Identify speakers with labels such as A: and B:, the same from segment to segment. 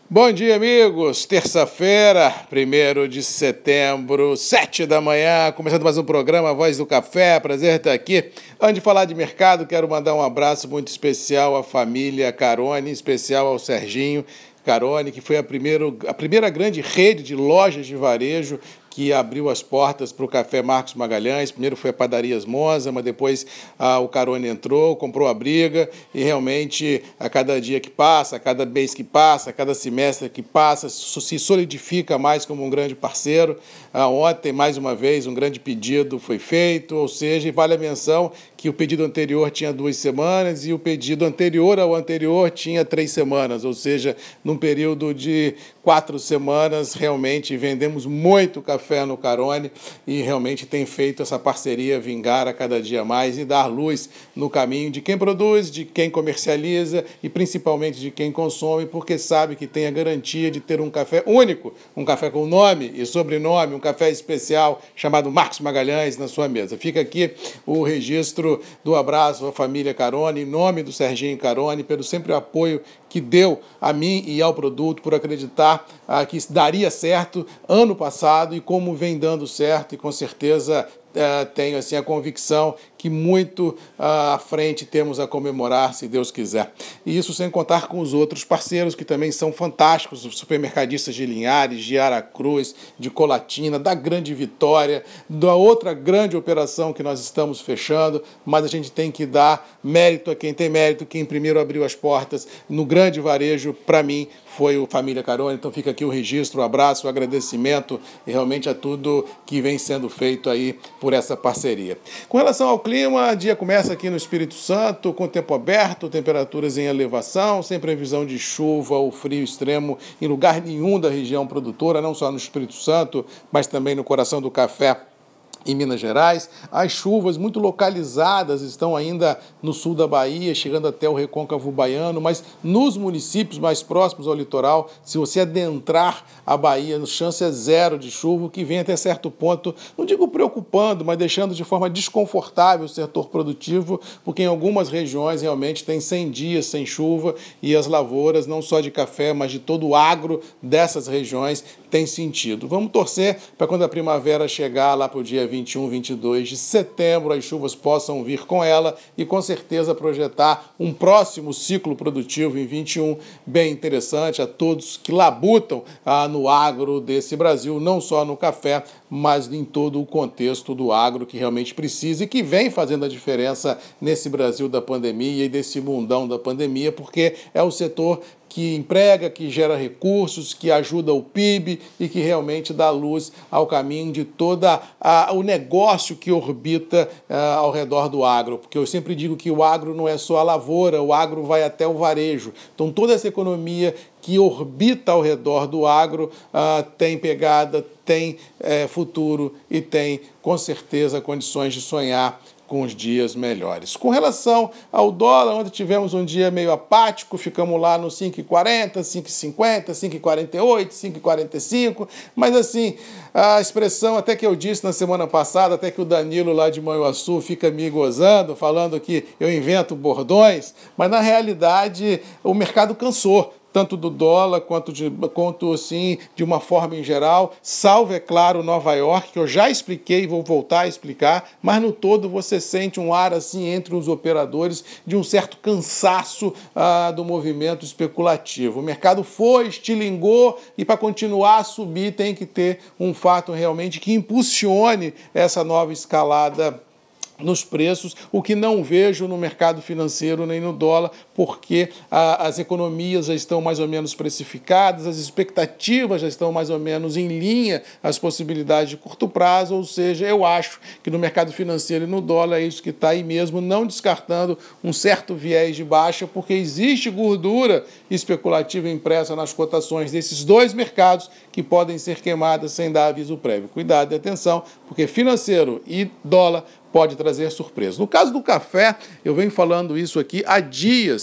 A: Bom dia, amigos. Terça-feira, 1º de setembro, 7 da manhã, começando mais um programa Voz do Café. Prazer estar aqui. Antes de falar de mercado, quero mandar um abraço muito especial à família Carone, em especial ao Serginho Carone, que foi a primeira grande rede de lojas de varejo que abriu as portas para o Café Marcos Magalhães. Primeiro foi a Padarias Monza, mas depois o Carone entrou, comprou a briga e realmente a cada dia que passa, a cada mês que passa, a cada semestre que passa, se solidifica mais como um grande parceiro. Ontem, mais uma vez, um grande pedido foi feito, ou seja, vale a menção que o pedido anterior tinha 2 semanas e o pedido anterior ao anterior tinha 3 semanas, ou seja, num período de 4 semanas, realmente vendemos muito café no Carone e realmente tem feito essa parceria vingar a cada dia mais e dar luz no caminho de quem produz, de quem comercializa e principalmente de quem consome, porque sabe que tem a garantia de ter um café único, um café com nome e sobrenome, um café especial chamado Marcos Magalhães na sua mesa. Fica aqui o registro do abraço à família Carone, em nome do Serginho Carone, pelo sempre apoio que deu a mim e ao produto, por acreditar que daria certo ano passado e como vem dando certo, e com certeza tenho assim a convicção que muito à frente temos a comemorar, se Deus quiser. E isso sem contar com os outros parceiros que também são fantásticos, os supermercadistas de Linhares, de Aracruz, de Colatina, da Grande Vitória, da outra grande operação que nós estamos fechando, mas a gente tem que dar mérito a quem tem mérito, quem primeiro abriu as portas no grande varejo, para mim, foi o Família Carone. Então fica aqui o registro, o abraço, o agradecimento e realmente a tudo que vem sendo feito aí por essa parceria. Com relação ao clima, o dia começa aqui no Espírito Santo, com tempo aberto, temperaturas em elevação, sem previsão de chuva ou frio extremo em lugar nenhum da região produtora, não só no Espírito Santo, mas também no coração do café em Minas Gerais. As chuvas muito localizadas estão ainda no sul da Bahia, chegando até o Recôncavo Baiano, mas nos municípios mais próximos ao litoral, se você adentrar a Bahia, a chance é zero de chuva, o que vem até certo ponto, não digo preocupando, mas deixando de forma desconfortável o setor produtivo, porque em algumas regiões realmente tem 100 dias sem chuva e as lavouras, não só de café, mas de todo o agro dessas regiões, tem sentido. Vamos torcer para quando a primavera chegar lá para o dia 21, 22 de setembro, as chuvas possam vir com ela e com certeza projetar um próximo ciclo produtivo em 21 bem interessante a todos que labutam no agro desse Brasil, não só no café, mas em todo o contexto do agro que realmente precisa e que vem fazendo a diferença nesse Brasil da pandemia e desse mundão da pandemia, porque é o setor que emprega, que gera recursos, que ajuda o PIB e que realmente dá luz ao caminho de todo o negócio que orbita ao redor do agro. Porque eu sempre digo que o agro não é só a lavoura, o agro vai até o varejo. Então toda essa economia que orbita ao redor do agro tem pegada, tem futuro e tem, com certeza, condições de sonhar com os dias melhores. Com relação ao dólar, ontem tivemos um dia meio apático, ficamos lá no 5,40, 5,50, 5,48, 5,45, mas assim, a expressão até que eu disse na semana passada, até que o Danilo lá de Manhuaçu fica me gozando, falando que eu invento bordões, mas na realidade o mercado cansou, tanto do dólar quanto assim, de uma forma em geral, salvo, é claro, Nova York, que eu já expliquei e vou voltar a explicar, mas no todo você sente um ar assim entre os operadores de um certo cansaço do movimento especulativo. O mercado foi, estilingou e para continuar a subir tem que ter um fato realmente que impulsione essa nova escalada nos preços, o que não vejo no mercado financeiro nem no dólar, porque as economias já estão mais ou menos precificadas, as expectativas já estão mais ou menos em linha, as possibilidades de curto prazo, ou seja, eu acho que no mercado financeiro e no dólar é isso que está aí mesmo, não descartando um certo viés de baixa, porque existe gordura especulativa impressa nas cotações desses dois mercados que podem ser queimadas sem dar aviso prévio. Cuidado e atenção, porque financeiro e dólar pode trazer surpresa. No caso do café, eu venho falando isso aqui há dias,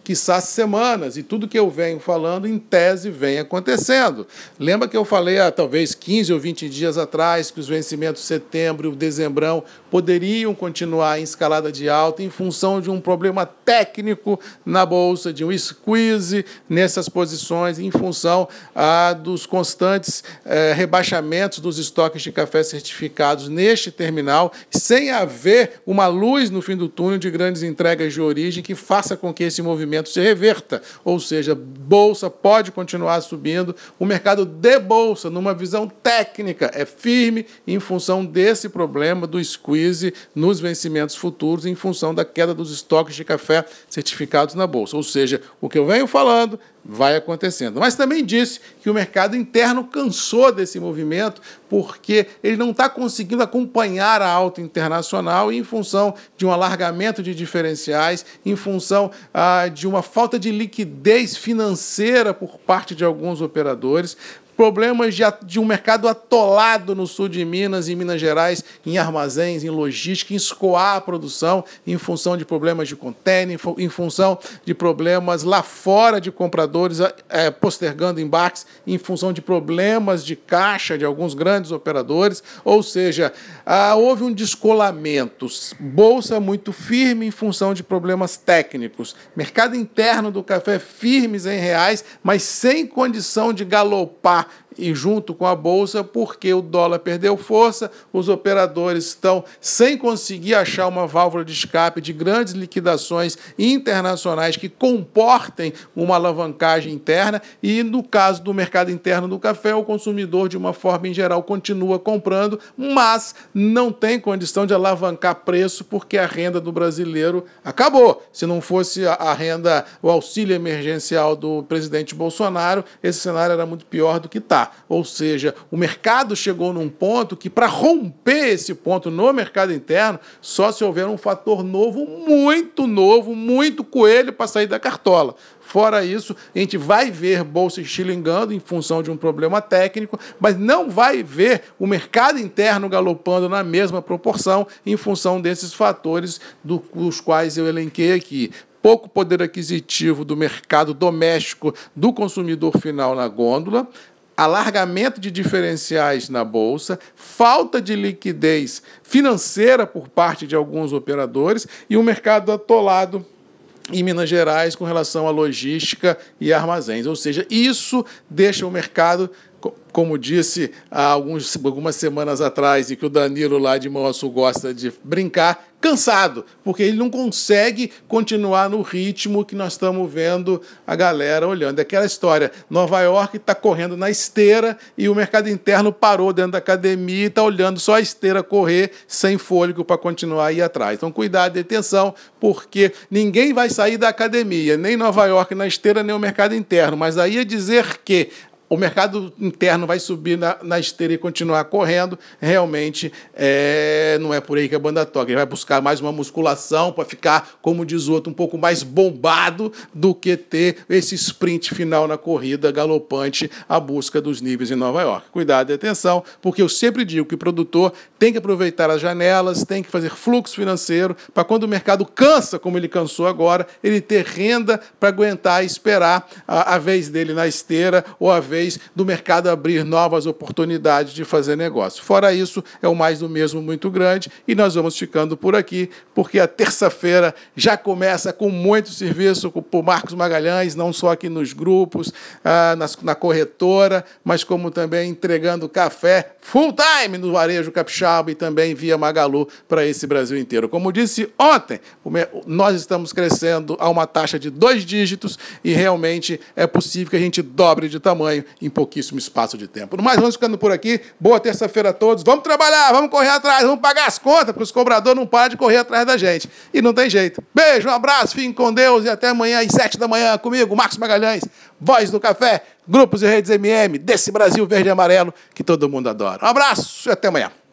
A: quiçá semanas, e tudo que eu venho falando, em tese, vem acontecendo. Lembra que eu falei há talvez 15 ou 20 dias atrás que os vencimentos de setembro e dezembrão poderiam continuar em escalada de alta em função de um problema técnico na Bolsa, de um squeeze nessas posições, em função dos constantes rebaixamentos dos estoques de café certificados neste terminal, sem haver uma luz no fim do túnel de grandes entregas de origem que faça com que esse movimento se reverta. Ou seja, Bolsa pode continuar subindo, o mercado de Bolsa, numa visão técnica, é firme em função desse problema do squeeze nos vencimentos futuros, em função da queda dos estoques de café certificados na Bolsa. Ou seja, o que eu venho falando vai acontecendo. Mas também disse que o mercado interno cansou desse movimento porque ele não está conseguindo acompanhar a alta internacional em função de um alargamento de diferenciais, em função de uma falta de liquidez financeira por parte de alguns operadores, problemas de um mercado atolado no sul de Minas e Minas Gerais, em armazéns, em logística, em escoar a produção, em função de problemas de container, em função de problemas lá fora de compradores postergando embarques, em função de problemas de caixa de alguns grandes operadores. Ou seja, houve um descolamento. Bolsa muito firme em função de problemas técnicos. Mercado interno do café firmes em reais, mas sem condição de galopar e junto com a Bolsa, porque o dólar perdeu força, os operadores estão sem conseguir achar uma válvula de escape de grandes liquidações internacionais que comportem uma alavancagem interna, e no caso do mercado interno do café, o consumidor, de uma forma em geral, continua comprando, mas não tem condição de alavancar preço porque a renda do brasileiro acabou. Se não fosse a renda, o auxílio emergencial do presidente Bolsonaro, esse cenário era muito pior do que está. Ou seja, o mercado chegou num ponto que, para romper esse ponto no mercado interno, só se houver um fator novo, muito coelho para sair da cartola. Fora isso, a gente vai ver Bolsa estilingando em função de um problema técnico, mas não vai ver o mercado interno galopando na mesma proporção em função desses fatores dos quais eu elenquei aqui. Pouco poder aquisitivo do mercado doméstico do consumidor final na gôndola, alargamento de diferenciais na Bolsa, falta de liquidez financeira por parte de alguns operadores e um mercado atolado em Minas Gerais com relação à logística e armazéns. Ou seja, isso deixa o mercado, como disse há algumas semanas atrás, e que o Danilo lá de Manhuaçu gosta de brincar, cansado, porque ele não consegue continuar no ritmo que nós estamos vendo a galera olhando. É aquela história, Nova York está correndo na esteira e o mercado interno parou dentro da academia e está olhando só a esteira correr sem fôlego para continuar a ir atrás. Então, cuidado e atenção, porque ninguém vai sair da academia, nem Nova York na esteira, nem o mercado interno. Mas aí é dizer que o mercado interno vai subir na esteira e continuar correndo, realmente não é por aí que a banda toca. Ele vai buscar mais uma musculação para ficar, como diz o outro, um pouco mais bombado do que ter esse sprint final na corrida galopante à busca dos níveis em Nova York. Cuidado e atenção, porque eu sempre digo que o produtor tem que aproveitar as janelas, tem que fazer fluxo financeiro, para quando o mercado cansa, como ele cansou agora, ele ter renda para aguentar e esperar a vez dele na esteira ou a vez do mercado abrir novas oportunidades de fazer negócio. Fora isso, é o mais do mesmo muito grande e nós vamos ficando por aqui, porque a terça-feira já começa com muito serviço por Marcos Magalhães, não só aqui nos grupos, na corretora, mas como também entregando café full time no varejo capixaba e também via Magalu para esse Brasil inteiro. Como disse ontem, nós estamos crescendo a uma taxa de 2 dígitos e realmente é possível que a gente dobre de tamanho em pouquíssimo espaço de tempo. No mais, vamos ficando por aqui. Boa terça-feira a todos. Vamos trabalhar, vamos correr atrás, vamos pagar as contas, porque os cobradores não param de correr atrás da gente. E não tem jeito. Beijo, um abraço, fiquem com Deus e até amanhã às 7 da manhã comigo, Marcos Magalhães, Voz do Café, Grupos e Redes MM, desse Brasil verde e amarelo que todo mundo adora. Um abraço e até amanhã.